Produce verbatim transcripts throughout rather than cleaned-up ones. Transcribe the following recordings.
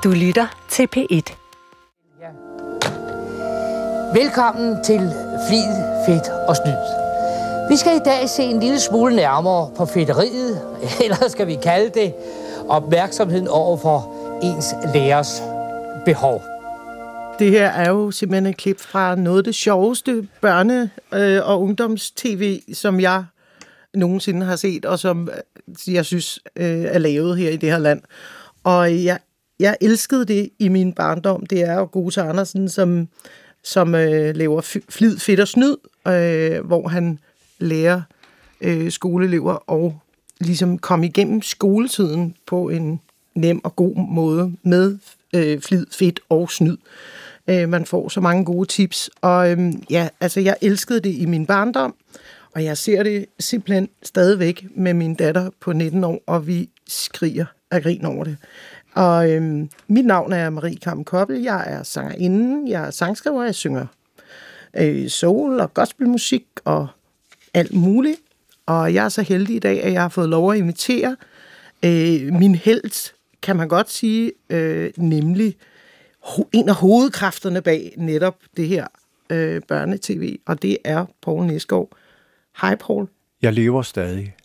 Du lytter til P et. Ja. Velkommen til Flid, Fedt og Snyd. Vi skal i dag se en lille smule nærmere på fedteriet, eller skal vi kalde det opmærksomheden over for ens lærers behov. Det her er jo simpelthen et klip fra noget af det sjoveste børne- og ungdoms-tv, som jeg nogensinde har set, og som jeg synes er lavet her i det her land. Og jeg, jeg elskede det i min barndom. Det er jo Gota Andersen, som, som øh, laver Flid, Fedt og Snyd, øh, hvor han lærer øh, skoleelever og ligesom komme igennem skoletiden på en nem og god måde med øh, flid, fedt og snyd. Øh, man får så mange gode tips, og øh, ja, altså jeg elskede det i min barndom, og jeg ser det simpelthen stadigvæk med min datter på nitten år, og vi skriger af grin over det. Og øh, mit navn er Marie Kamm Koppel, jeg er sangerinde, jeg er sangskriver, jeg synger øh, soul og gospelmusik og alt muligt. Og jeg er så heldig i dag, at jeg har fået lov at invitere øh, min helt, kan man godt sige, øh, nemlig ho- en af hovedkræfterne bag netop det her øh, børnetv, og det er Poul Nesgaard. Hej Poul. Jeg lever stadig.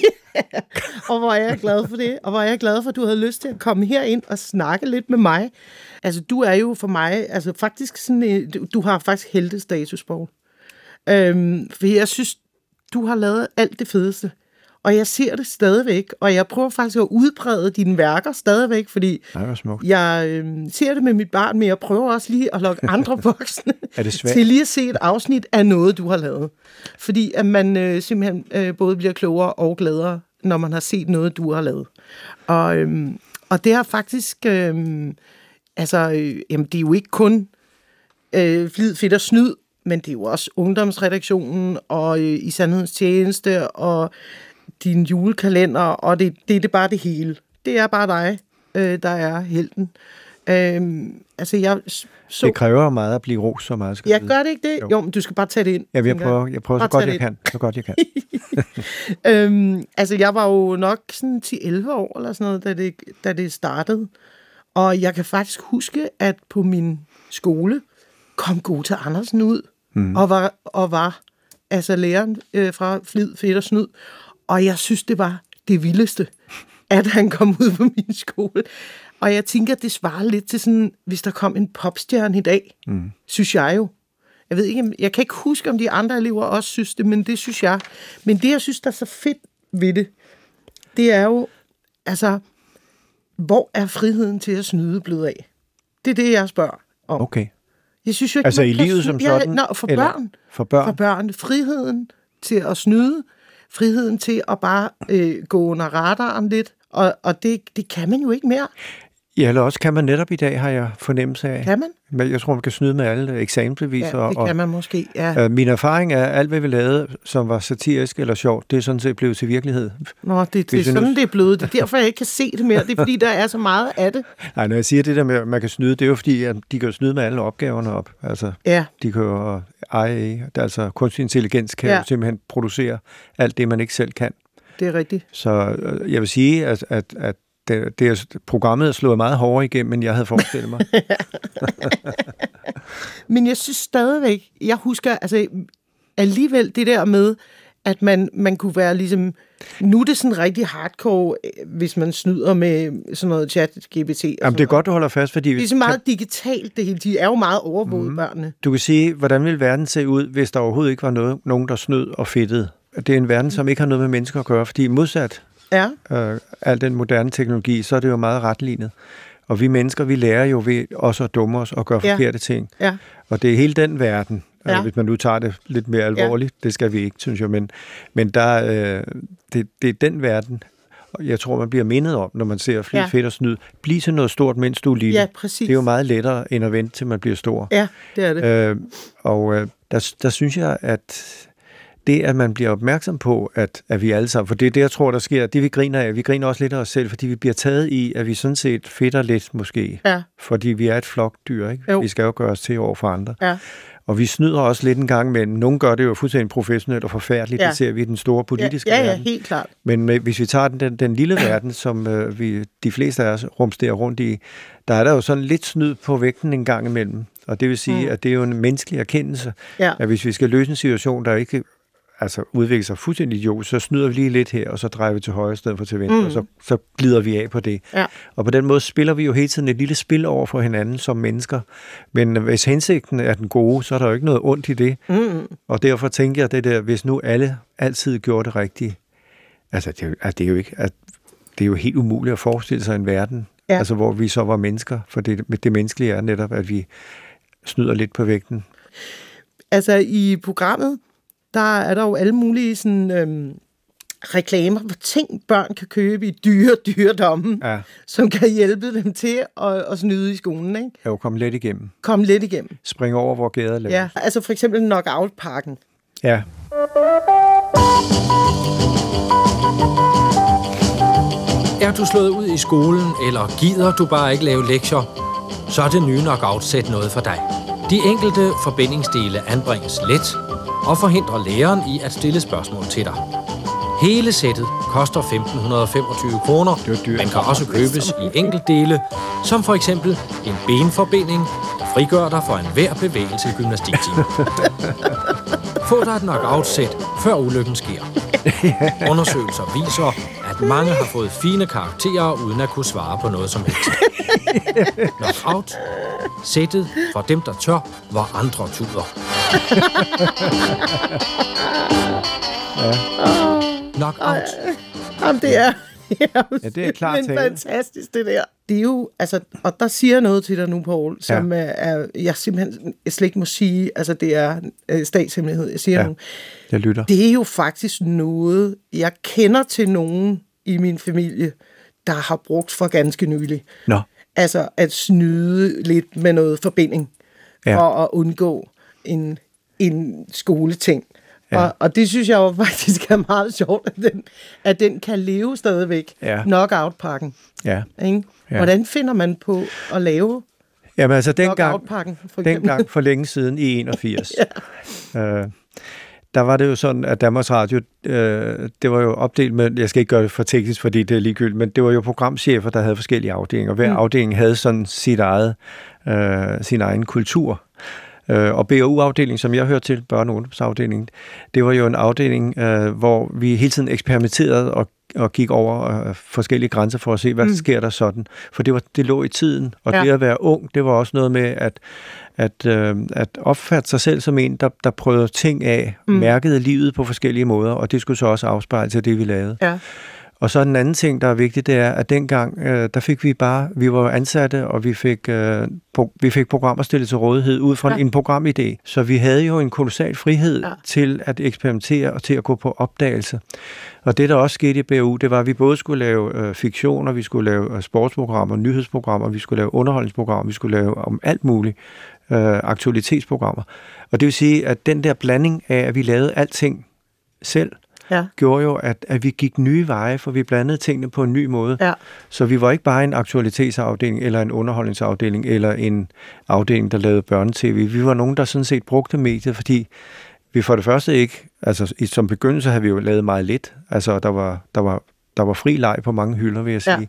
Og hvor er jeg glad for det, og hvor er jeg glad for, at du havde lyst til at komme herind og snakke lidt med mig. Altså, du er jo for mig, altså faktisk sådan, du, du har faktisk heltestatus, Poul. Øhm, for jeg synes, du har lavet alt det fedeste, og jeg ser det stadigvæk, og jeg prøver faktisk at udbrede dine værker stadigvæk, fordi Nej, jeg øh, ser det med mit barn, men jeg prøver også lige at lokke andre voksne er det svært? til lige at se et afsnit af noget, du har lavet. Fordi at man øh, simpelthen øh, både bliver klogere og gladere, når man har set noget, du har lavet. Og, øh, og det har faktisk, øh, altså, øh, jamen, det er jo ikke kun øh, Flid, Fedt og Snyd, men det er jo også ungdomsredaktionen, og øh, i Sandhedens Tjeneste, og din julekalender, og det, det er det bare det hele. Det er bare dig, øh, der er helten. Øh, altså, jeg så... Det kræver meget at blive ros så meget. Skal jeg gør det ikke det? Jo. jo, men du skal bare tage det ind. Ja, jeg prøver, jeg prøver så godt jeg kan. Så godt jeg kan. øhm, altså, jeg var jo nok sådan ti elleve år, eller sådan noget, da det, da det startede. Og jeg kan faktisk huske, at på min skole kom Gota Andersen ud, mm. og var, og var altså læreren øh, fra Flid, Fedt og Snyd. Og jeg synes, det var det vildeste, at han kom ud på min skole. Og jeg tænker, det svarer lidt til sådan, hvis der kom en popstjerne i dag, mm. synes jeg jo. Jeg ved ikke, jeg kan ikke huske, om de andre elever også synes det, men det synes jeg. Men det, jeg synes, der er så fedt ved det, det er jo, altså, hvor er friheden til at snyde blevet af? Det er det, jeg spørger om. Okay. Jeg synes jo ikke, altså i livet som sådan? Ja, no, for børn. For børn? For børn. Friheden til at snyde, friheden til at bare øh, gå under radaren lidt, og, og det, det kan man jo ikke mere. Ja, eller også kan man netop i dag, har jeg fornemmelse af. Kan man? Men jeg tror, man kan snyde med alle eksamensbeviser. Ja, det kan og, man måske, ja. Øh, min erfaring er, at alt, hvad vi lavede, som var satirisk eller sjovt, det er sådan set blevet til virkelighed. Nå, det, det, det er sådan, det er blevet. Det er derfor, jeg ikke kan se det mere. Det er, fordi der er så meget af det. Nej, når jeg siger det der med, at man kan snyde, det er jo fordi, at de kan jo snyde med alle opgaverne op. Altså, ja. De kan jo, I A, altså kunstig intelligens, kan ja. jo simpelthen producere alt det, man ikke selv kan. Det er rigtigt. Så jeg vil sige, at, at, at det, det er, programmet er slået meget hårdere igennem, end jeg havde forestillet mig. Men jeg synes stadigvæk, jeg husker altså alligevel det der med, at man, man kunne være ligesom, nu er det sådan rigtig hardcore, hvis man snyder med sådan noget chat G P T. Jamen det er godt, du holder fast, fordi... Det er så meget kan... digitalt det hele. De er jo meget overvåget, mm. børnene. Du kan sige, hvordan ville verden se ud, hvis der overhovedet ikke var noget, nogen, der snød og fedtede? Det er en verden, som ikke har noget med mennesker at gøre, fordi modsat ja. øh, al den moderne teknologi, så er det jo meget retlignet. Og vi mennesker, vi lærer jo ved også at dumme os og gøre ja. forkerte ting. Ja. Og det er hele den verden, ja. øh, hvis man nu tager det lidt mere alvorligt, ja. det skal vi ikke, synes jeg, men, men der, øh, det, det er den verden, jeg tror, man bliver mindet om, når man ser Flid, ja. Fedt og Snyd. Bliv til noget stort, mens du er lille. Ja, præcis. Det er jo meget lettere, end at vente, til man bliver stor. Ja, det er det. Øh, og øh, der, der synes jeg, at det, at man bliver opmærksom på, at, at vi alle sammen, for det er det, jeg tror, der sker, det vi griner af, vi griner også lidt af os selv, fordi vi bliver taget i, at vi sådan set fedter lidt måske, ja. fordi vi er et flokdyr, ikke? Jo. Vi skal jo gøre os til over for andre. Ja. Og vi snyder også lidt en gang, men nogen gør det jo fuldstændig professionelt og forfærdeligt, ja. det ser vi i den store politiske ja, ja, ja, verden. helt klart. Men med, hvis vi tager den, den, den lille verden, som øh, vi, de fleste af os rumsterer rundt i, der er der jo sådan lidt snyd på vægten en gang imellem. Og det vil sige, mm. at det er jo en menneskelig erkendelse, ja. at hvis vi skal løse en situation, der ikke altså udvikler sig fuldstændig idiotisk, så snyder vi lige lidt her, og så drejer vi til højre i stedet for til venstre, mm. og så, så glider vi af på det. Ja. Og på den måde spiller vi jo hele tiden et lille spil over for hinanden som mennesker. Men hvis hensigten er den gode, så er der jo ikke noget ondt i det. Mm. Og derfor tænker jeg det der, hvis nu alle altid gjorde det rigtigt, altså det, er, det er jo ikke, at det er jo helt umuligt at forestille sig en verden, ja. altså hvor vi så var mennesker, for det, det menneskelige er netop, at vi snyder lidt på vægten. Altså i programmet, der er der jo alle mulige sådan, øhm, reklamer for ting, børn kan købe i dyre dyredomme, ja. som kan hjælpe dem til at, at snyde i skolen, ikke? Ja, jo, kom let igennem. Kom let igennem. Spring over, hvor gader laves. Ja, altså for eksempel Knockout-pakken. Ja. Er du slået ud i skolen, eller gider du bare ikke lave lektier, så er det nye Knockout-sæt noget for dig. De enkelte forbindingsdele anbringes let og forhindrer læreren i at stille spørgsmål til dig. Hele sættet koster femten femogtyve kroner, men kan også købes i enkeltdele, som for eksempel en benforbinding, der frigør dig for enhver bevægelse i gymnastiktimen. Få dig et Knockout-sæt, før ulykken sker. Undersøgelser viser, at mange har fået fine karakterer, uden at kunne svare på noget som helst. Knockout. Sættet for dem, der tør, hvor andre tuder. Ja. Knockout. Jamen, det er... Ja, det er klart tale. Fantastisk, det der. Det er jo, altså, og der siger noget til dig nu, Poul, som ja. er, er, jeg simpelthen jeg slet ikke må sige, altså det er øh, statshemmelighed, jeg siger ja, nu. Jeg lytter. Det er jo faktisk noget, jeg kender til nogen i min familie, der har brugt for ganske nylig. Nå. Altså at snyde lidt med noget forbinding, ja. for at undgå en, en skoleting. Ja. Og, og det synes jeg jo faktisk er meget sjovt, at den, at den kan leve stadigvæk. Ja. Knockout-pakken. Ja. Ja. Hvordan finder man på at lave Jamen, altså, den Knockout-pakken? For den gang for længe siden i enogfirs. ja. øh, der var det jo sådan, at Danmarks Radio, øh, det var jo opdelt med, jeg skal ikke gøre det for teknisk, fordi det er ligegyldigt, men det var jo programchefer, der havde forskellige afdelinger. Hver mm. afdeling havde sådan sit eget, øh, sin egen kultur. Og B og U-afdelingen, som jeg hørte til, børne- og ungdomsafdelingen, det var jo en afdeling, øh, hvor vi hele tiden eksperimenterede og, og gik over øh, forskellige grænser for at se, hvad mm. sker der sådan. For det, var, det lå i tiden, og ja. det at være ung, det var også noget med at, at, øh, at opfatte sig selv som en, der, der prøvede ting af, mm. mærkede livet på forskellige måder, og det skulle så også afspejle til det, vi lavede. Ja. Og så en anden ting, der er vigtigt, det er, at dengang, øh, der fik vi bare, vi var ansatte, og vi fik, øh, pro, vi fik programmer stillet til rådighed ud fra ja. en programidé. Så vi havde jo en kolossal frihed ja. til at eksperimentere og til at gå på opdagelse. Og det, der også skete i B U, det var, at vi både skulle lave øh, fiktioner, vi skulle lave øh, sportsprogrammer, nyhedsprogrammer, vi skulle lave underholdningsprogrammer, vi skulle lave om alt muligt øh, aktualitetsprogrammer. Og det vil sige, at den der blanding af, at vi lavede alting selv, ja. gjorde jo, at, at vi gik nye veje, for vi blandede tingene på en ny måde. Ja. Så vi var ikke bare en aktualitetsafdeling, eller en underholdningsafdeling, eller en afdeling, der lavede børnetv. Vi var nogen, der sådan set brugte mediet, fordi vi for det første ikke, altså som begyndelse havde vi jo lavet meget lidt. Altså der var, der var, der var fri leg på mange hylder, vil jeg sige. Ja.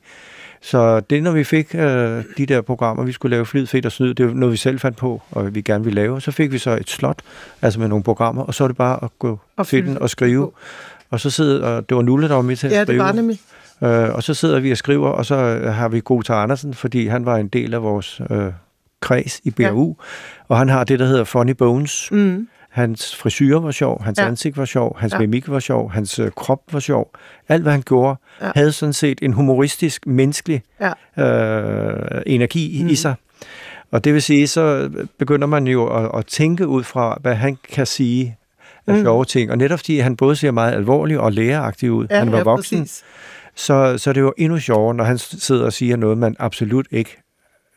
Så det, når vi fik øh, de der programmer, vi skulle lave Flid, Fedt og Snyd, det var noget, vi selv fandt på, og vi gerne ville lave. Så fik vi så et slot, altså med nogle programmer, og så er det bare at gå og finde og skrive. Og så sidder, og det var Nulle, der var med til at ja, skrive. Ja, det var nemlig. Øh, og så sidder vi og skriver, og så har vi Gota Andersen, fordi han var en del af vores øh, kreds i B U, ja. og han har det, der hedder Funny Bones. Mm. Hans frisyre var sjov, hans ja. ansigt var sjov, hans ja. mimik var sjov, hans øh, krop var sjov. Alt, hvad han gjorde, ja. havde sådan set en humoristisk, menneskelig ja. øh, energi mm. i sig. Og det vil sige, så begynder man jo at, at tænke ud fra, hvad han kan sige af mm. sjove ting. Og netop fordi han både ser meget alvorlig og læreragtig ud, ja, han var ja, voksen, så, så det er jo endnu sjovere, når han sidder og siger noget, man absolut ikke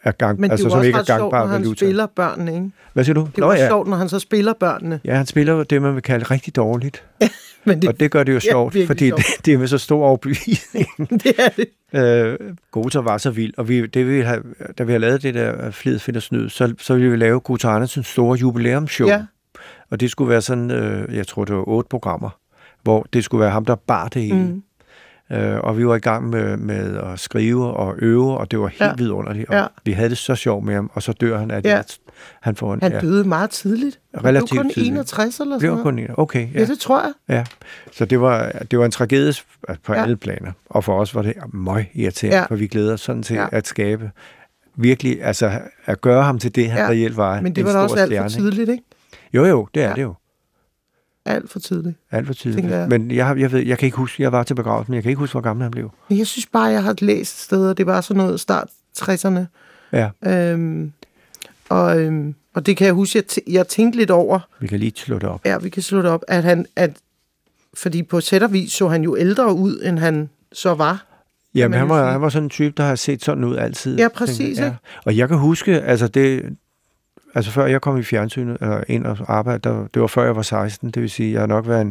er gang, men altså, det er jo som ikke også er ret sjovt, når han valuta. spiller børnene, ikke? Hvad siger du? Det er Nå, også ja. sjovt, når han så spiller børnene. Ja, han spiller det, man vil kalde rigtig dårligt. men det, og det gør det jo sjovt, fordi sjovt. Det, det er med så stor overbevisning. det er det. Øh, Gota var så vild, og vi, det vi have, da vi har lavet det der Flid, Fedt og Snyd, så, så ville vi lave Gota Andersens store jubilæumsshow. Ja. Og det skulle være sådan, øh, jeg tror det var otte programmer, hvor det skulle være ham, der bar det hele. Mm. Øh, og vi var i gang med, med at skrive og øve, og det var helt ja. vidunderligt. Og ja. vi havde det så sjovt med ham, og så dør han af det. Ja. Han, får en, han døde ja. meget tidligt. Relativt tidligt. tidligt. enogtres eller sådan det var kun en, okay. Ja. ja, det tror jeg. Ja. Så det var, det var en tragedie på ja. alle planer. Og for os var det møg irriterende, ja. for vi glæder os sådan til ja. at skabe virkelig, altså at gøre ham til det, han ja. reelt var. Men det var da også alt for tidligt, ikke? Jo, jo, det er ja. det jo. Alt for tidligt. Alt for tidligt. Jeg. Men jeg, jeg, ved, jeg kan ikke huske, jeg var til begravelsen, men jeg kan ikke huske, hvor gammel han blev. Men jeg synes bare, jeg har læst steder, det var sådan noget start tresserne. Ja. Øhm, og, øhm, og det kan jeg huske, jeg, t- jeg tænkte lidt over. Vi kan lige slå det op. Ja, vi kan slå det op, at han, at, fordi på sæt og vis så han jo ældre ud, end han så var. Jamen, han var, han var sådan en type, der har set sådan ud altid. Ja, præcis. Ja. Og jeg kan huske, altså det... Altså før jeg kom i fjernsynet, eller ind og arbejde, der, det var før jeg var seksten, det vil sige, jeg har nok været en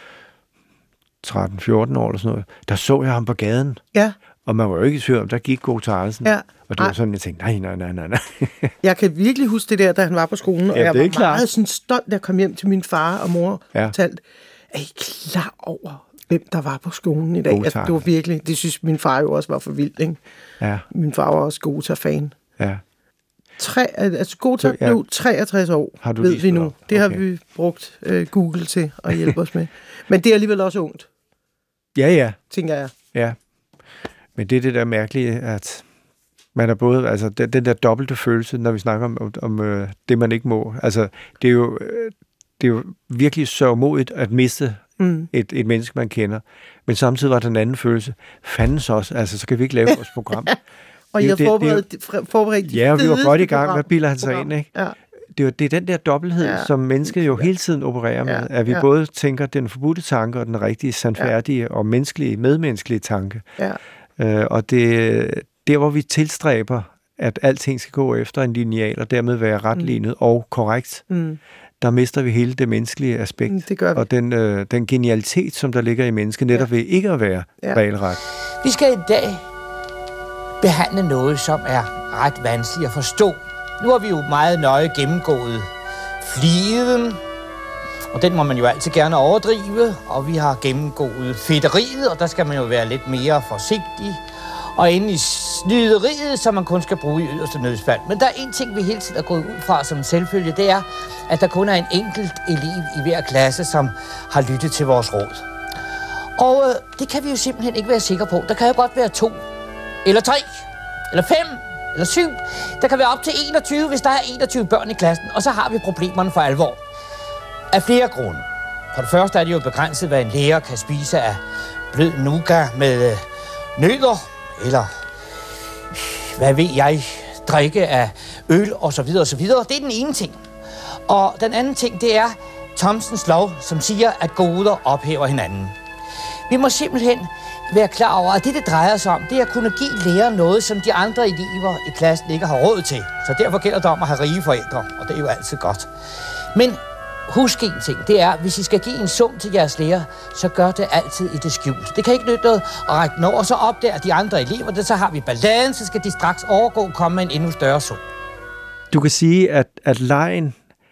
tretten fjorten år eller sådan noget, der så jeg ham på gaden. Ja. Og man var jo ikke i tvivl om, der gik Gota Andersen. Ja. Og det var sådan, jeg tænkte, nej, nej, nej, nej, nej. Jeg kan virkelig huske det der, da han var på skolen, og ja, jeg var klart. meget sådan stolt, da jeg kom hjem til min far og mor ja. og talte, er I klar over, hvem der var på skolen i dag? Altså, det var virkelig, det synes min far jo også var for vildt, ikke? Ja. Min far var også Gota-fan. Ja. Tre, altså Gota ja. blev treogtres år, har du ved vi nu. Okay. Det har vi brugt uh, Google til at hjælpe os med. Men det er alligevel også ungt. Ja, ja. Tænker jeg. Ja. Men det er det der mærkelige, at man er både, altså den, den der dobbelte følelse, når vi snakker om, om, om øh, det, man ikke må. Altså, det er jo, øh, det er jo virkelig sørgmodigt at miste mm. et, et menneske, man kender. Men samtidig var der en anden følelse. Fandens også, altså, så kan vi ikke lave vores program. Og I har forberedt, det, det, forberedt de ja, vi var godt i gang. Hvad bilder han sig ind, ikke? Ja. Det er, det er den der dobbelthed, ja. som mennesket jo hele tiden opererer med. Ja. At vi ja. både tænker den forbudte tanke og den rigtige, sandfærdige ja. og menneskelige, medmenneskelige tanke. Ja. Øh, og det der, hvor vi tilstræber, at alting skal gå efter en lineal, og dermed være retlignet mm. og korrekt, mm. der mister vi hele det menneskelige aspekt. Mm, det gør vi. Og den, øh, den genialitet, som der ligger i mennesket, netop ja. ved ikke at være ja. regelret. Vi skal i dag behandle noget, som er ret vanskeligt at forstå. Nu har vi jo meget nøje gennemgået fliden, og den må man jo altid gerne overdrive, og vi har gennemgået fedteriet, og der skal man jo være lidt mere forsigtig. Og inde i snyderiet, som man kun skal bruge i yderste nødsfald. Men der er en ting, vi hele tiden er gået ud fra som en selvfølge, det er, at der kun er en enkelt elev i hver klasse, som har lyttet til vores råd. Og øh, det kan vi jo simpelthen ikke være sikre på. Der kan jo godt være to, eller tre, eller fem, eller syv. Der kan være op til enogtyve, hvis der er enogtyve børn i klassen, og så har vi problemerne for alvor. Af flere grunde. For det første er det jo begrænset, hvad en lærer kan spise af blød nougat med øh, nødder, eller hvad ved jeg, drikke af øl og så videre og så videre. Det er den ene ting. Og den anden ting, det er Thomsens lov, som siger, at goder ophæver hinanden. Vi må simpelthen være klar over, at det, det drejer sig om, det er at kunne give læreren noget, som de andre elever i klassen ikke har råd til. Så derfor gælder det om at have rige forældre, og det er jo altid godt. Men husk en ting, det er, hvis I skal give en sum til jeres lærer, så gør det altid i det skjulte. Det kan ikke nytte noget at række den over, så opdager de andre elever det, så har vi balladen, så skal de straks overgå og komme med en endnu større sum. Du kan sige, at, at legen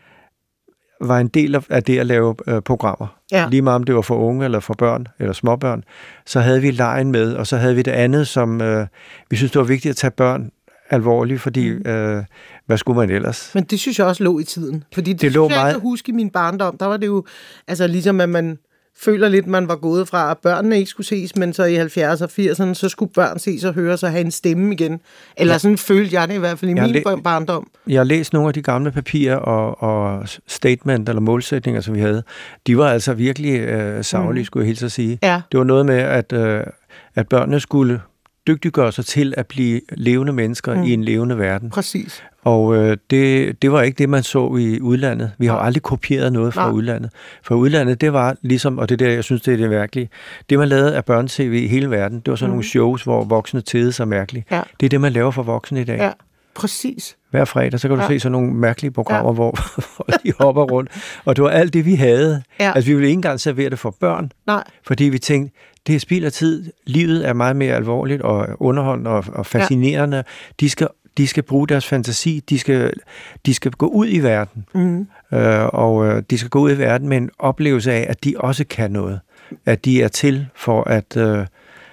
var en del af det at lave øh, programmer. Ja. Lige meget om det var for unge eller for børn eller småbørn, så havde vi legen med, og så havde vi det andet, som øh, vi synes, det var vigtigt at tage børn alvorligt, fordi mm. øh, hvad skulle man ellers? Men det synes jeg også lå i tiden. Fordi det, det lå meget... jeg kan huske i min barndom, der var det jo, altså ligesom at man føler lidt, man var gået fra, at børnene ikke skulle ses, men så i halvfjerdserne og firserne, så skulle børn ses og høres og have en stemme igen. Eller ja. sådan følte jeg det i hvert fald i jeg min læ- barndom. Jeg har læst nogle af de gamle papirer og, og statement eller målsætninger, som vi havde. De var altså virkelig øh, saglige, mm. skulle jeg helt så sige. Ja. Det var noget med, at, øh, at børnene skulle dygtiggøre sig til at blive levende mennesker mm. i en levende verden. Præcis. Og øh, det, det var ikke det, man så i udlandet. Vi har aldrig kopieret noget fra Nej. udlandet. For udlandet, det var ligesom, og det der, jeg synes, det er det mærkelige, det man lavede af børne-tv i hele verden, det var sådan mm. nogle shows, hvor voksne tede sig mærkeligt. Ja. Det er det, man laver for voksne i dag. Ja. Præcis. Hver fredag, så kan du ja. se sådan nogle mærkelige programmer, ja. hvor de hopper rundt. Og det var alt det, vi havde. Ja. Altså, vi ville ikke engang servere det for børn. Nej. Fordi vi tænkte, det er spild af tid. Livet er meget mere alvorligt og underholdende og, og fascinerende. Ja. De skal De skal bruge deres fantasi, de skal, de skal gå ud i verden, mm. øh, og øh, de skal gå ud i verden med en oplevelse af, at de også kan noget. At de er til for at, øh,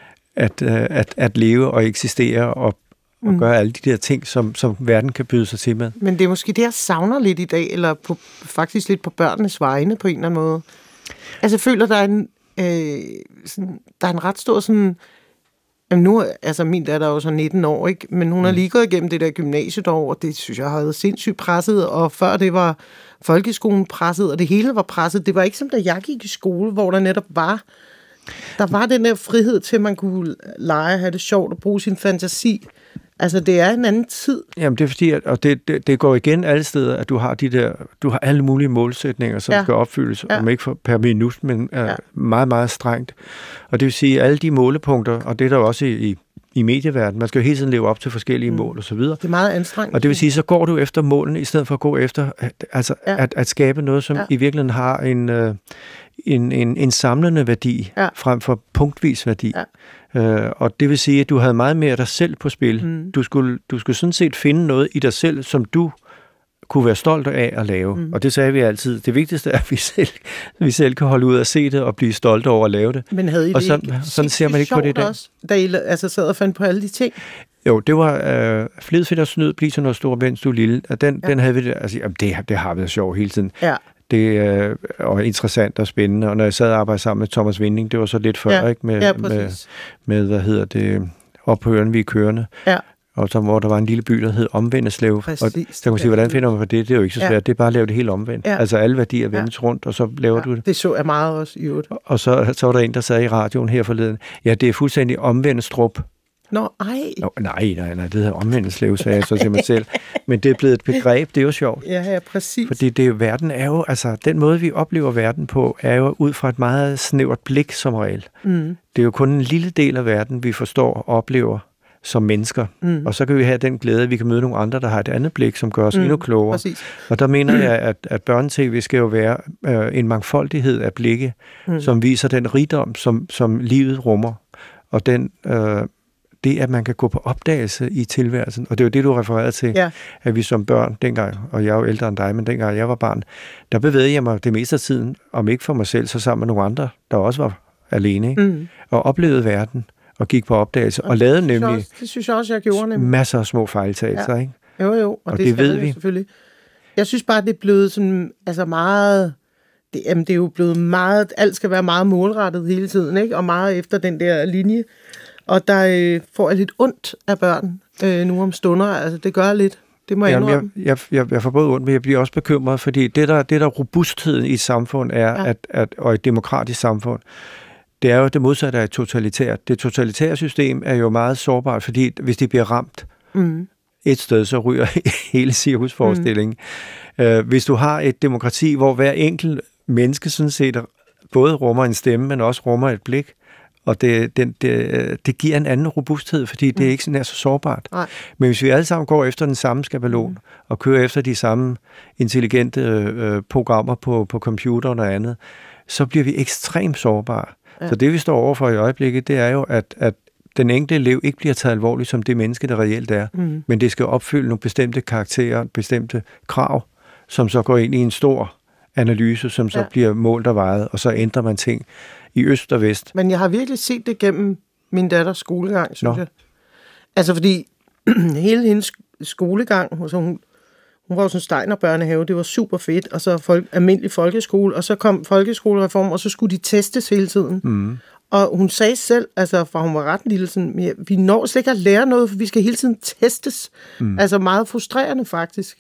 at, øh, at, at leve og eksistere og, og mm. gøre alle de der ting, som, som verden kan byde sig til med. Men det er måske det, jeg savner lidt i dag, eller på, faktisk lidt på børnenes vegne på en eller anden måde. Altså jeg føler, der er en, øh, sådan, der er en ret stor sådan... Jamen nu, altså min datter er jo så nitten år, ikke? Men hun har lige gået igennem det der gymnasiet år, og det synes jeg har været sindssygt presset, og før det var folkeskolen presset, og det hele var presset. Det var ikke som da jeg gik i skole, hvor der netop var, der var den der frihed til, at man kunne lege, have det sjovt og bruge sin fantasi. Altså, det er en anden tid. Jamen, det er fordi, at, og det, det, det går igen alle steder, at du har de der, du har alle mulige målsætninger, som ja. skal opfyldes, ja. om ikke for, per minut, men er ja. meget, meget strengt. Og det vil sige, at alle de målepunkter, og det er der også i, i, i medieverdenen, man skal jo hele tiden leve op til forskellige mm. mål og så videre. Det er meget anstrengende. Og det vil sige, så går du efter målene, i stedet for at gå efter, altså, ja. at, at skabe noget, som ja. i virkeligheden har en, øh, en, en, en samlende værdi, ja. frem for punktvis værdi. Ja. Uh, og det vil sige, at du havde meget mere dig selv på spil. Mm. Du, skulle, du skulle sådan set finde noget i dig selv, som du kunne være stolt af at lave. Mm. Og det sagde vi altid. Det vigtigste er, at vi selv, vi selv kan holde ud og se det og blive stolte over at lave det. Men havde I og det sådan, ikke sådan ser man ikke på det i dag. Også, da I altså sad og fandt på alle de ting? Jo, det var øh, Flid, fedt og snyd, bliv til noget stor, mens du er lille. Og den, ja. den havde vi, altså, jamen, det, det har været sjovt hele tiden. Ja. Det er øh, interessant og spændende, og når jeg sad og arbejdede sammen med Thomas Winding, det var så lidt før, ja. ikke? Med, ja, med, med, hvad hedder det, op på Øren, vi er kørende. Ja. Og så, hvor der var en lille by, der hed Omvendeslev. Præcis. Og så kan man sige, hvordan finder man på det? Det er jo ikke så svært, ja. det er bare at lave det helt omvendt. Ja. Altså alle værdier vendes ja. rundt, og så laver ja. du det. Det så jeg meget også i øvrigt. Og, og så, så var der en, der sagde i radioen her forleden, ja, det er fuldstændig omvendestrup. Nå, ej. Nå, nej, nej, nej, det hedder omvendelseslev, sagde jeg så til mig selv. Men det er blevet et begreb, det er jo sjovt. Ja, ja, præcis. Fordi det, verden er jo, altså den måde, vi oplever verden på, er jo ud fra et meget snævert blik som regel. Mm. Det er jo kun en lille del af verden, vi forstår og oplever som mennesker. Mm. Og så kan vi have den glæde, at vi kan møde nogle andre, der har et andet blik, som gør os mm. endnu klogere. Præcis. Og der mener jeg, at, at børne-tv skal jo være øh, en mangfoldighed af blikke, mm. som viser den rigdom, som, som livet rummer. Og den... Øh, det, at man kan gå på opdagelse i tilværelsen. Og det er jo det, du refererede til, ja. at vi som børn dengang, og jeg er jo ældre end dig, men dengang jeg var barn, der bevægede jeg mig det meste af tiden, om ikke for mig selv, så sammen med nogle andre, der også var alene, ikke? Mm. og oplevede verden, og gik på opdagelse, og, og lavede nemlig også, det synes jeg også, jeg gjorde nemlig. masser af små fejltagelser. Ja. Ikke? Jo, jo, og, og det, det ved vi. Selvfølgelig. Jeg synes bare, det er blevet sådan, altså meget... Det, jamen, det er jo blevet meget... Alt skal være meget målrettet hele tiden, ikke? Og meget efter den der linje. Og der øh, får jeg lidt ondt af børn øh, nu om stunder. Altså, det gør lidt. Det må jeg Jamen, indrømme. Jeg, jeg, jeg, jeg får både ondt, men jeg bliver også bekymret, fordi det der, det der robustheden i et samfund er, ja. at, at, og et demokratisk samfund, det er jo det modsatte af et totalitært. Det totalitære system er jo meget sårbart, fordi hvis det bliver ramt mm. et sted, så ryger hele cirkusforestillingen. Mm. Uh, hvis du har et demokrati, hvor hver enkelt menneske sådan set både rummer en stemme, men også rummer et blik, og det, det, det, det giver en anden robusthed, fordi det er ikke sådan er så sårbart. Nej. Men hvis vi alle sammen går efter den samme skabelon, mm. og kører efter de samme intelligente øh, programmer på, på computeren og andet, så bliver vi ekstremt sårbare. Ja. Så det, vi står overfor i øjeblikket, det er jo, at, at den enkelte elev ikke bliver taget alvorligt som det menneske, der reelt er, mm. men det skal opfylde nogle bestemte karakterer, bestemte krav, som så går ind i en stor analyse, som så ja. bliver målt og vejet, og så ændrer man ting i øst og vest. Men jeg har virkelig set det gennem min datters skolegang, synes Nå. jeg. Altså fordi hele hendes skolegang, så hun, hun var jo sådan Steiner børnehave, det var super fedt, og så folk, almindelig folkeskole, og så kom folkeskolereform, og så skulle de testes hele tiden. Mm. Og hun sagde selv, altså for hun var ret lille, sådan, vi når slet ikke at lære noget, for vi skal hele tiden testes. Mm. Altså meget frustrerende faktisk.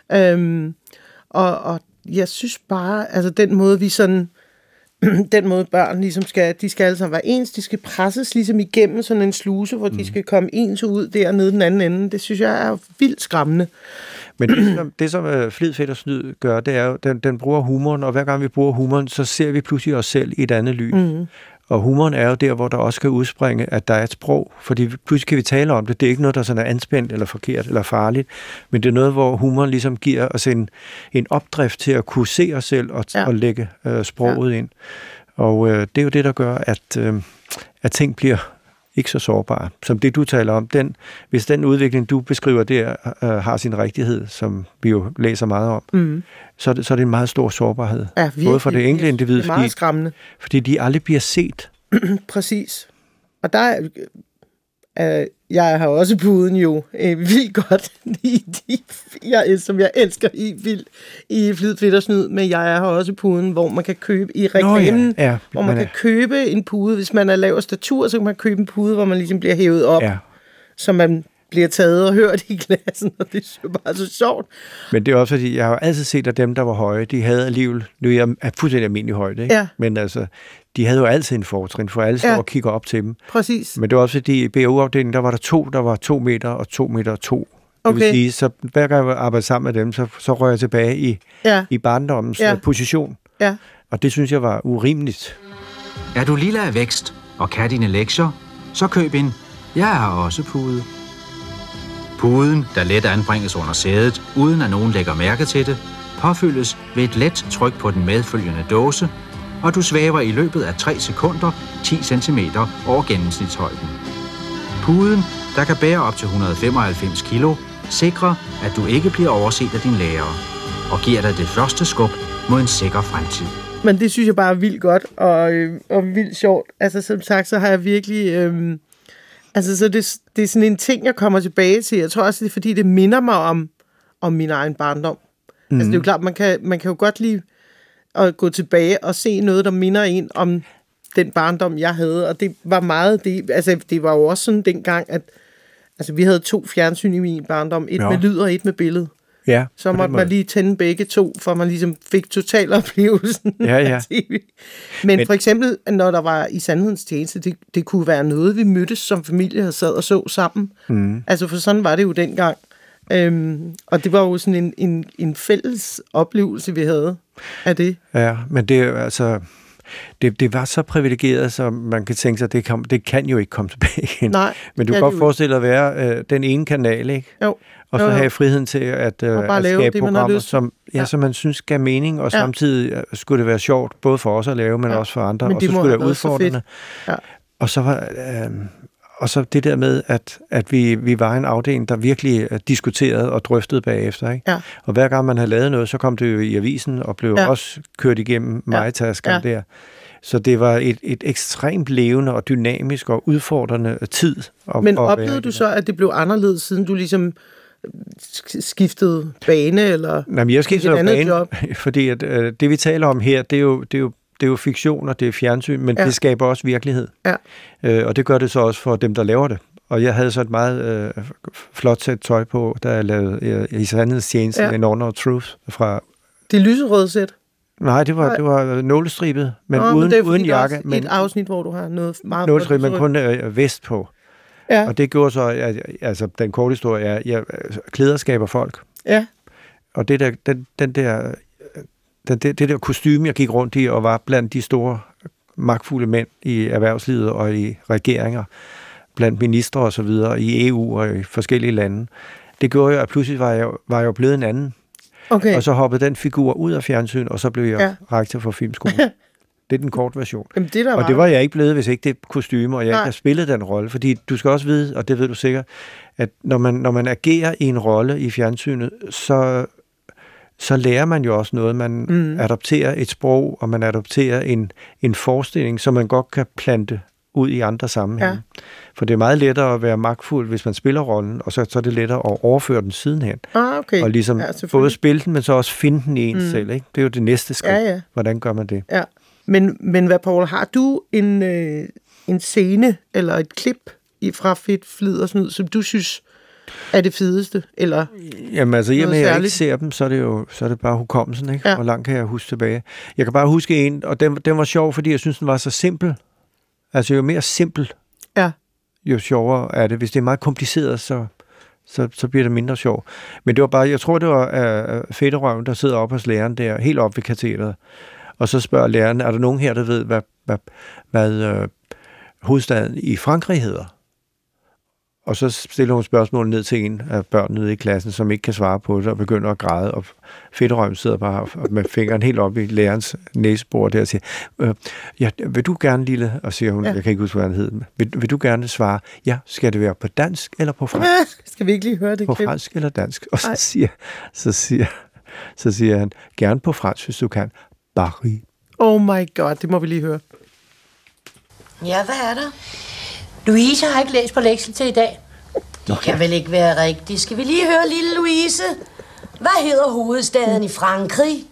Øhm, og, og jeg synes bare, altså den måde vi sådan, den måde børn ligesom skal, de skal alle sammen være ens, de skal presses ligesom igennem sådan en sluse, hvor mm. de skal komme ens ud dernede den anden ende. Det synes jeg er vildt skræmmende. Men det, som, det, som uh, Flid, fedt og snyd gør, det er jo, den, den bruger humoren, og hver gang vi bruger humoren, så ser vi pludselig os selv i et andet lys. Mm. Og humoren er jo der, hvor der også skal udspringe, at der er et sprog, fordi pludselig kan vi tale om det. Det er ikke noget, der sådan er anspændt eller forkert eller farligt, men det er noget, hvor humoren ligesom giver os en, en opdrift til at kunne se os selv og, ja. og lægge øh, sproget ja. ind. Og øh, det er jo det, der gør, at, øh, at ting bliver ikke så sårbare. Som det, du taler om, den, hvis den udvikling, du beskriver der, øh, har sin rigtighed, som vi jo læser meget om, mm. så, er det, så er det en meget stor sårbarhed. Ja, virkelig, både for det enkelte individ, det er meget skræmmende. Fordi de aldrig bliver set. Præcis. Og der er, øh, jeg har også puden jo øh, vildt godt i de, jeg, som jeg elsker i vildt i Flid, Flit og Snyd, men jeg har også puden, hvor man kan købe i reklamen, Nå, ja. Ja, hvor man, man kan er... købe en pude, hvis man er lav statur, så kan man købe en pude, hvor man ligesom bliver hævet op, ja. så man bliver taget og hørt i klassen, og det er jo bare så sjovt. Men det er også fordi, jeg har altid set, at dem, der var høje, de havde alligevel, nu er jeg fuldstændig almindelig højde, ikke? Ja. Men altså, de havde jo altid en fortrin, for alle står ja. og kigger op til dem. Præcis. Men det var også fordi, i B A U-afdelingen, der var der to, der var to meter og to meter og to. Okay. Det vil sige, så hver gang jeg arbejder sammen med dem, så, så rører jeg tilbage i, ja. i barndommens ja. position. Ja. Og det synes jeg var urimeligt. Er du lille af vækst og kan dine lektier, så køb en. Jeg har også pude. Puden, der let anbringes under sædet, uden at nogen lægger mærke til det, påfyldes ved et let tryk på den medfølgende dåse, og du svæver i løbet af tre sekunder ti centimeter over gennemsnitshøjden. Puden, der kan bære op til et hundrede og femoghalvfems kilo, sikrer, at du ikke bliver overset af din lærer, og giver dig det første skub mod en sikker fremtid. Men det synes jeg bare er vildt godt og, øh, og vildt sjovt. Altså som sagt, så har jeg virkelig... Øh, altså så det, det er sådan en ting, jeg kommer tilbage til. Jeg tror også, det er fordi, det minder mig om, om min egen barndom. Mm. Altså det er jo klart, man kan, man kan jo godt lide at gå tilbage og se noget, der minder en om den barndom, jeg havde. Og det var meget det. Altså det var jo også sådan dengang, at altså, vi havde to fjernsyn i min barndom. Et ja. med lyd og et med billede. Ja, så måtte man lige tænde begge to, for man ligesom fik totaloplevelsen ja, ja. af T V. Men, Men for eksempel, når der var i Sandhedens Tjeneste, det, det kunne være noget, vi mødtes som familie og sad og så sammen. Mm. Altså for sådan var det jo dengang. Øhm, og det var jo sådan en, en, en fælles oplevelse, vi havde af det. Ja, men det er altså... Det, det var så privilegeret, så man kan tænke sig, at det kan, det kan jo ikke komme tilbage igen. Nej, men du kan godt forestille dig at være øh, den ene kanal, ikke? Jo. Og så jo, jo. have friheden til at, øh, at skabe det, programmer, som, ja, ja. som man synes gav mening, og ja. samtidig skulle det være sjovt, både for os at lave, men ja. også for andre, men og så skulle det være udfordrende. Ja. Og så var... Øh, Og så det der med, at, at vi, vi var en afdeling, der virkelig diskuterede og drøftede bagefter. Ikke? Ja. Og hver gang man havde lavet noget, så kom det jo i avisen og blev ja. også kørt igennem majtasken ja. der. Så det var et, et ekstremt levende og dynamisk og udfordrende tid. At, Men oplevede du så, at det blev anderledes, siden du ligesom skiftede bane eller Jamen, jeg skiftede bane, job? Fordi at, øh, det vi taler om her, det er jo, det er jo Det er jo fiktion, og det er fjernsyn, men ja. det skaber også virkelighed. Ja. Øh, og det gør det så også for dem, der laver det. Og jeg havde så et meget øh, flot sæt tøj på, da jeg lavede øh, i Sandhedens Tjeneste ja. en Honor of Truth fra... Det lyserøde sæt? Nej, det var, Nej. det var nålestribet, men Nå, uden, men uden jakke. Men et afsnit, hvor du har noget meget... Nålestribet, men kun øh, vest på. Ja. Og det gjorde så, at, altså den korte historie er, jeg klæder skaber folk. Ja. Og det der, den, den der... Det, det der kostume, jeg gik rundt i, og var blandt de store magtfulde mænd i erhvervslivet og i regeringer, blandt ministre og så videre, i E U og i forskellige lande, det gjorde jo, at pludselig var jeg, var jeg jo blevet en anden. Okay. Og så hoppede den figur ud af fjernsyn, og så blev jeg ja. rektor for filmskolen. Det er den korte version. Jamen, det og var... det var jeg ikke blevet, hvis ikke det kostume, og jeg Nej. ikke har spillet den rolle. Fordi du skal også vide, og det ved du sikkert, at når man, når man agerer i en rolle i fjernsynet, så... så lærer man jo også noget. Man mm. adopterer et sprog, og man adopterer en, en forestilling, som man godt kan plante ud i andre sammenhænge. Ja. For det er meget lettere at være magtfuld, hvis man spiller rollen, og så, så er det lettere at overføre den sidenhen. Ah, okay. Og ligesom ja, både spille den, men så også finde den i en mm. selv. Ikke? Det er jo det næste skridt. Ja, ja. Hvordan gør man det? Ja. Men, men hvad, Poul, har du en, øh, en scene eller et klip fra Fedt, Flid og Snyd, som du synes er det fedeste, eller Jamen altså, i og med at jeg ikke ser dem, så er det jo så er det bare hukommelsen, ikke? Ja. Hvor langt kan jeg huske tilbage? Jeg kan bare huske en, og den, den var sjov, fordi jeg synes, den var så simpel. Altså, jo mere simpel, ja. jo sjovere er det. Hvis det er meget kompliceret, så, så, så bliver det mindre sjov. Men det var bare, jeg tror, det var uh, fætterøven, der sidder oppe hos læreren der, helt oppe ved katedret. Og så spørger læreren, er der nogen her, der ved, hvad, hvad, hvad øh, hovedstaden i Frankrig hedder? Og så stiller hun spørgsmål ned til en af børnene i klassen, som ikke kan svare på det, og begynder at græde, og fedterøven sidder bare med fingeren helt op i lærerens næsebord der og siger, øh, ja, vil du gerne, lille, og siger hun, ja. Jeg kan ikke huske, hvad han hed, vil, vil du gerne svare, ja, skal det være på dansk eller på fransk? Ja, skal vi ikke lige høre det? På fransk eller dansk? Og så siger, så siger, så siger han, gerne på fransk, hvis du kan, Paris. Oh my god, det må vi lige høre. Ja, hvad er der? Louise har ikke læst på lektien til i dag. Det kan vel ikke være rigtigt. Skal vi lige høre lille Louise? Hvad hedder hovedstaden i Frankrig?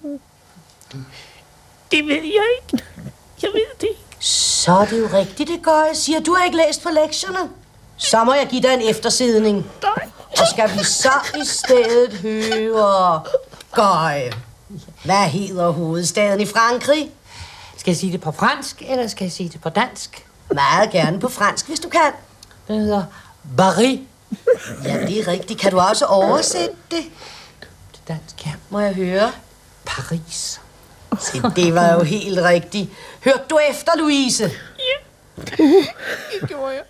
Det ved jeg ikke. Jeg ved det ikke. Så er det jo rigtigt, det gør jeg siger. Du har ikke læst på lektierne. Så må jeg give dig en eftersidning. Nej. Og skal vi så i stedet høre... Gøj. Hvad hedder hovedstaden i Frankrig? Skal jeg sige det på fransk, eller skal jeg sige det på dansk? Meget gerne på fransk, hvis du kan. Den hedder Paris. Ja, det er rigtigt. Kan du også oversætte det? Til dansk, ja. Må jeg høre? Paris. Se, det var jo helt rigtigt. Hørte du efter, Louise? Ja, det gjorde jeg.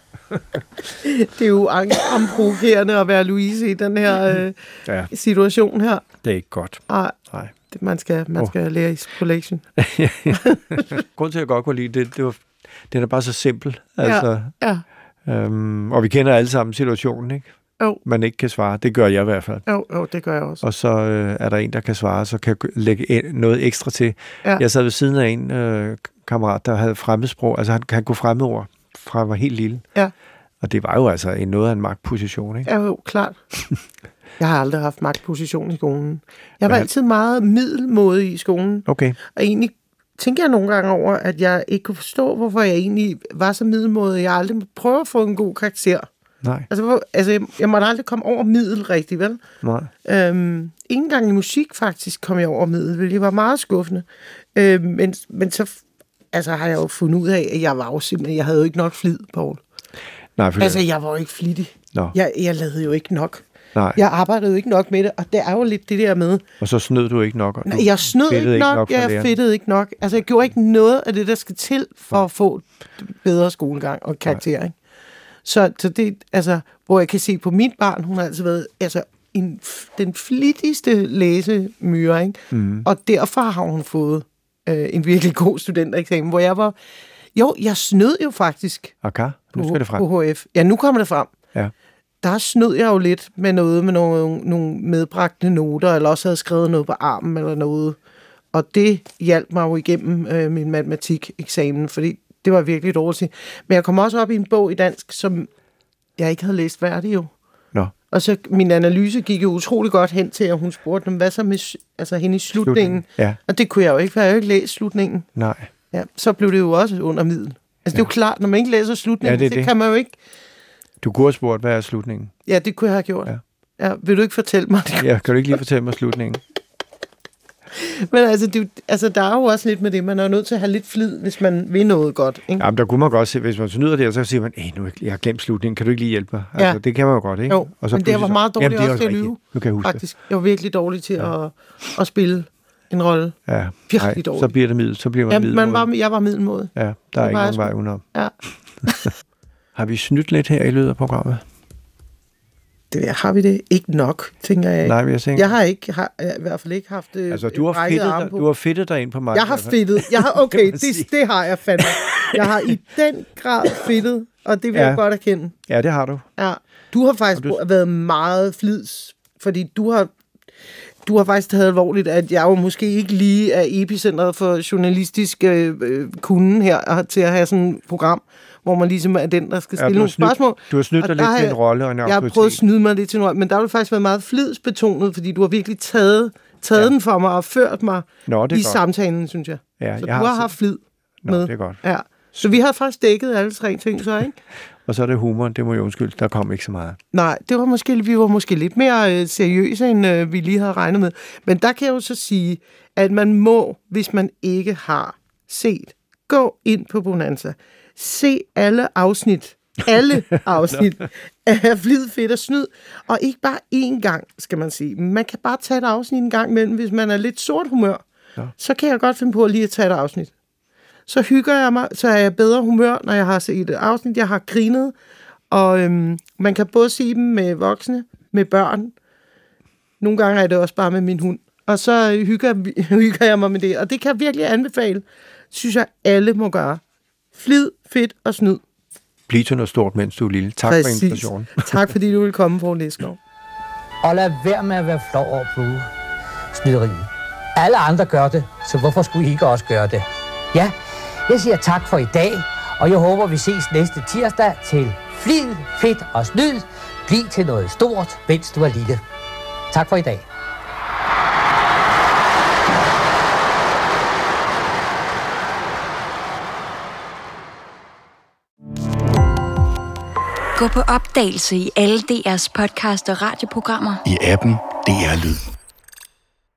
Det er jo angstprovokerende at være Louise i den her øh, ja. situation her. Det er ikke godt. Ej, Nej. Det, man skal, man skal oh. lære på lektion. Grunden til, at jeg godt kunne lide det, det var, den er bare så simpel. Altså, ja, ja. Øhm, og vi kender alle sammen situationen, ikke? Jo. Man ikke kan svare. Det gør jeg i hvert fald. Jo, jo det gør jeg også. Og så øh, er der en, der kan svare, så kan lægge noget ekstra til. Ja. Jeg sad ved siden af en øh, kammerat, der havde fremmedsprog. Altså, han kan gå fremmedord fra han var helt lille. Ja. Og det var jo altså en noget af en magtposition, ikke? Ja, jo, klart. Jeg har aldrig haft magtposition i skolen. Jeg var altid meget middelmådig i skolen. Okay. Og egentlig tænker jeg nogle gange over, at jeg ikke kunne forstå, hvorfor jeg egentlig var så middelmådig. Jeg aldrig prøvede at få en god karakter. Nej. Altså, hvor, altså jeg, jeg måtte aldrig komme over middel rigtig, vel? Nej. Øhm, ingen gang i musik faktisk kom jeg over middel, hvilket var meget skuffende. Øhm, men, men så altså, har jeg jo fundet ud af, at jeg var jo simpelthen, jeg havde jo ikke nok flid, Poul. Nej, for altså, jeg var jo ikke flittig. No. Jeg, jeg lavede jo ikke nok. Nej. Jeg arbejdede jo ikke nok med det, og det er jo lidt det der med... Og så snød du ikke nok? Nej, jeg snød ikke nok, nok jeg fedtede ikke nok. Altså, jeg gjorde ikke noget af det, der skal til for Nej. At få bedre skolegang og karakter, ikke? Så, så det, altså, hvor jeg kan se på mit barn, hun har altid været altså, en, den flittigste læsemyre, ikke? Mm. Og derfor har hun fået øh, en virkelig god studentereksamen, hvor jeg var... Jo, jeg snød jo faktisk okay. Nu skal på, det frem. på H F. Ja, nu kommer det frem. Ja. Der snød jeg jo lidt med noget med nogle, nogle medbragte noter, eller også havde skrevet noget på armen eller noget. Og det hjalp mig jo igennem øh, min matematikeksamen, fordi det var virkelig dårligt. Men jeg kom også op i en bog i dansk, som jeg ikke havde læst færdig jo. Nå. Og så min analyse gik jo utrolig godt hen til, at hun spurgte dem, hvad så med altså, hende i slutningen? slutningen. Ja. Og det kunne jeg jo ikke, for jeg havde jo ikke læst slutningen. Nej. Ja, så blev det jo også under middel. Altså ja. Det er jo klart, når man ikke læser slutningen, ja, det, det. det kan man jo ikke... Du kunne have spurgt, hvad er slutningen? Ja, det kunne jeg have gjort. Ja. Ja, vil du ikke fortælle mig det? Ja, kan du ikke lige fortælle mig slutningen? Men altså, det, altså, der er jo også lidt med det. Man er jo nødt til at have lidt flid, hvis man vil noget godt. Ikke? Jamen, der kunne man godt se, hvis man snyder det, så siger man, nu jeg har glemt slutningen, kan du ikke lige hjælpe mig? Altså, ja. Det kan man jo godt, ikke? Jo, og så men det var meget dårligt jamen, også til at lyve. Nu kan jeg huske faktisk. Jeg var virkelig dårlig til ja. at, at spille en rolle. Ja, virkelig dårlig. Så bliver det middel, så bliver man ja, middelmåde. Man var, jeg var middelmåde. Ja, der er ikke nogen vej udenom. Ja. Har vi snydt lidt her i løbet af programmet? Det, har vi det ikke nok, tænker jeg. Nej, jeg tænker... Jeg har ikke, har, jeg i hvert fald ikke haft det. Altså, du har, fedtet dig, du har fedtet dig ind på mig. Jeg har fedtet. Jeg har, okay, det, det har jeg fandme. Jeg har i den grad fedtet, og det vil ja. jeg godt erkende. Ja, det har du. Ja. Du har faktisk du... været meget flids, fordi du har, du har faktisk taget alvorligt, at jeg jo måske ikke lige er epicentret for journalistisk øh, kunden her, til at have sådan et program, hvor man ligesom er den, der skal stille ja, nogle snydt, spørgsmål. Du har snydt dig lidt til en rolle og en autoritet. Jeg har prøvet at snyde mig lidt til en rolle, men der har du faktisk været meget flidsbetonet, fordi du har virkelig taget, taget ja. den for mig og ført mig Nå, i godt. samtalen, synes jeg. Ja, så jeg du har haft flid Nå, med. det er godt. Ja. Så vi har faktisk dækket alle tre ting, så ikke? Og så er det humoren, det må jeg undskylde, der kom ikke så meget. Nej, det var måske, vi var måske lidt mere øh, seriøse, end øh, vi lige havde regnet med. Men der kan jeg jo så sige, at man må, hvis man ikke har set, gå ind på Bonanza. Se alle afsnit, alle afsnit af Flid, Fedt og Snyd. Og ikke bare én gang, skal man sige. Man kan bare tage et afsnit en gang imellem, hvis man er lidt sort humør. ja. så kan jeg godt finde på lige at tage et afsnit. Så hygger jeg mig, så er jeg bedre humør, når jeg har set et afsnit. Jeg har grinet, og øhm, man kan både se dem med voksne, med børn. Nogle gange er det også bare med min hund. Og så hygger, hygger jeg mig med det. Og det kan jeg virkelig anbefale. Synes jeg, alle må gøre. Flid, fedt og snyd. Bliv til noget stort, mens du er lille. Tak Præcis. for invitationen. Tak fordi du ville komme, Poul Nesgaard. Og lad være med at være flov over bruge snyderiet. Alle andre gør det, så hvorfor skulle I ikke også gøre det? Ja, jeg siger tak for i dag, og jeg håber, vi ses næste tirsdag til Flid, fedt og snyd. Bliv til noget stort, mens du er lille. Tak for i dag. Gå på opdagelse i alle D R's podcast og radioprogrammer. I appen D R Lyd.